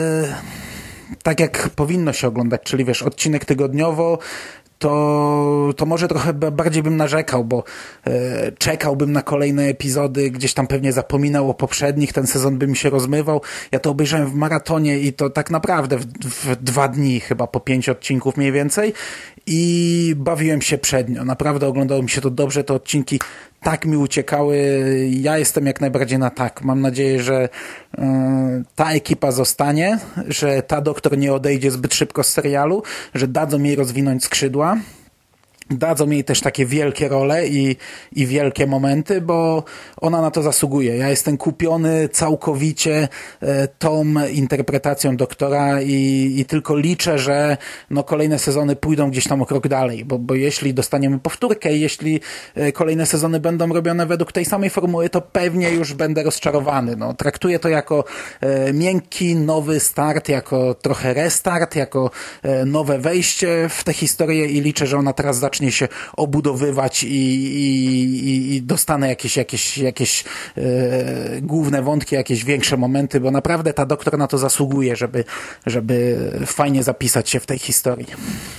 tak jak powinno się oglądać, czyli wiesz, odcinek tygodniowo, to, to może trochę bardziej bym narzekał, bo e, czekałbym na kolejne epizody, gdzieś tam pewnie zapominał o poprzednich, ten sezon by mi się rozmywał. Ja to obejrzałem w maratonie i to tak naprawdę w, w dwa dni, chyba po pięć odcinków mniej więcej i bawiłem się przednio. Naprawdę oglądało mi się to dobrze, te odcinki tak mi uciekały. Ja jestem jak najbardziej na tak. Mam nadzieję, że yy, ta ekipa zostanie, że ta doktor nie odejdzie zbyt szybko z serialu, że dadzą jej rozwinąć skrzydła. Dadzą jej też takie wielkie role i, i wielkie momenty, bo ona na to zasługuje. Ja jestem kupiony całkowicie e, tą interpretacją doktora i, i tylko liczę, że no, kolejne sezony pójdą gdzieś tam o krok dalej, bo, bo jeśli dostaniemy powtórkę i jeśli e, kolejne sezony będą robione według tej samej formuły, to pewnie już będę rozczarowany. No, traktuję to jako e, miękki, nowy start, jako trochę restart, jako e, nowe wejście w tę historię i liczę, że ona teraz zacznie się obudowywać i, i, i dostanę jakieś, jakieś, jakieś e, główne wątki, jakieś większe momenty, bo naprawdę ta doktor na to zasługuje, żeby, żeby fajnie zapisać się w tej historii.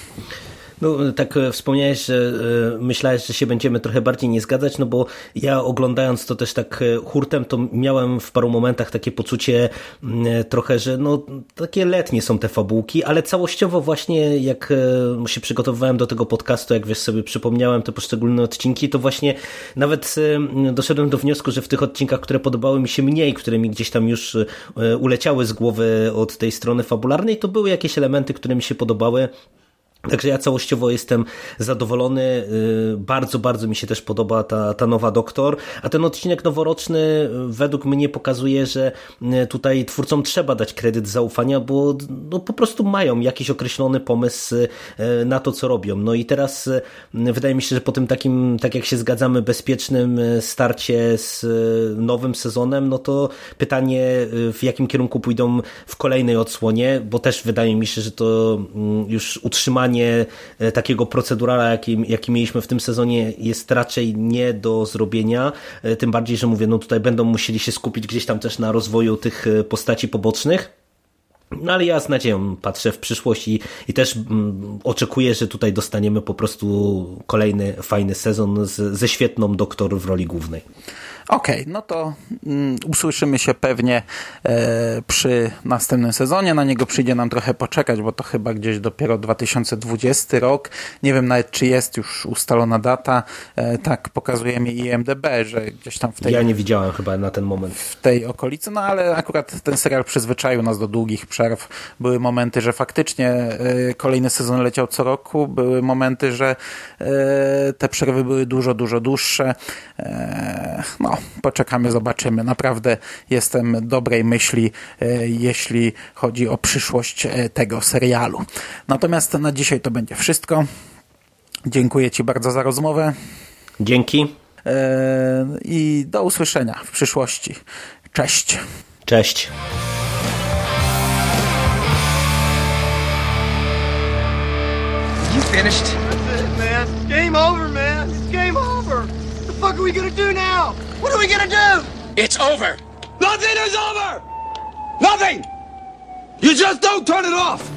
No tak wspomniałeś, że myślałeś, że się będziemy trochę bardziej nie zgadzać, no bo ja oglądając to też tak hurtem, to miałem w paru momentach takie poczucie trochę, że no takie letnie są te fabułki, ale całościowo właśnie jak się przygotowywałem do tego podcastu, jak wiesz sobie przypomniałem te poszczególne odcinki, to właśnie nawet doszedłem do wniosku, że w tych odcinkach, które podobały mi się mniej, które mi gdzieś tam już uleciały z głowy od tej strony fabularnej, to były jakieś elementy, które mi się podobały. Także ja całościowo jestem zadowolony, bardzo, bardzo mi się też podoba ta, ta nowa doktor, a ten odcinek noworoczny według mnie pokazuje, że tutaj twórcom trzeba dać kredyt zaufania, bo no, po prostu mają jakiś określony pomysł na to, co robią. No i teraz wydaje mi się, że po tym takim, tak jak się zgadzamy, bezpiecznym starcie z nowym sezonem, no to pytanie, w jakim kierunku pójdą w kolejnej odsłonie, bo też wydaje mi się, że to już utrzymanie takiego procedurala, jaki, jaki mieliśmy w tym sezonie, jest raczej nie do zrobienia, tym bardziej, że mówię, no tutaj będą musieli się skupić gdzieś tam też na rozwoju tych postaci pobocznych. No ale ja z nadzieją patrzę w przyszłość i, i też mm, oczekuję, że tutaj dostaniemy po prostu kolejny fajny sezon z, ze świetną doktor w roli głównej. Okej, okay, no to mm, usłyszymy się pewnie e, przy następnym sezonie. Na niego przyjdzie nam trochę poczekać, bo to chyba gdzieś dopiero dwa tysiące dwudziesty rok. Nie wiem nawet, czy jest już ustalona data. E, tak pokazuje mi I M D B, że gdzieś tam w tej... Ja nie widziałem chyba na ten moment. W tej okolicy, no ale akurat ten serial przyzwyczaił nas do długich przerw. Były momenty, że faktycznie e, kolejny sezon leciał co roku. Były momenty, że e, te przerwy były dużo, dużo dłuższe. E, no, poczekamy, zobaczymy. Naprawdę jestem dobrej myśli, e, jeśli chodzi o przyszłość e, tego serialu. Natomiast na dzisiaj to będzie wszystko. Dziękuję Ci bardzo za rozmowę. Dzięki. E, I do usłyszenia w przyszłości. Cześć. Cześć. You finished? That's it, man. Game over, man. It's game over. What the fuck are we gonna do now? What are we gonna do? It's over. Nothing is over. Nothing. You just don't turn it off.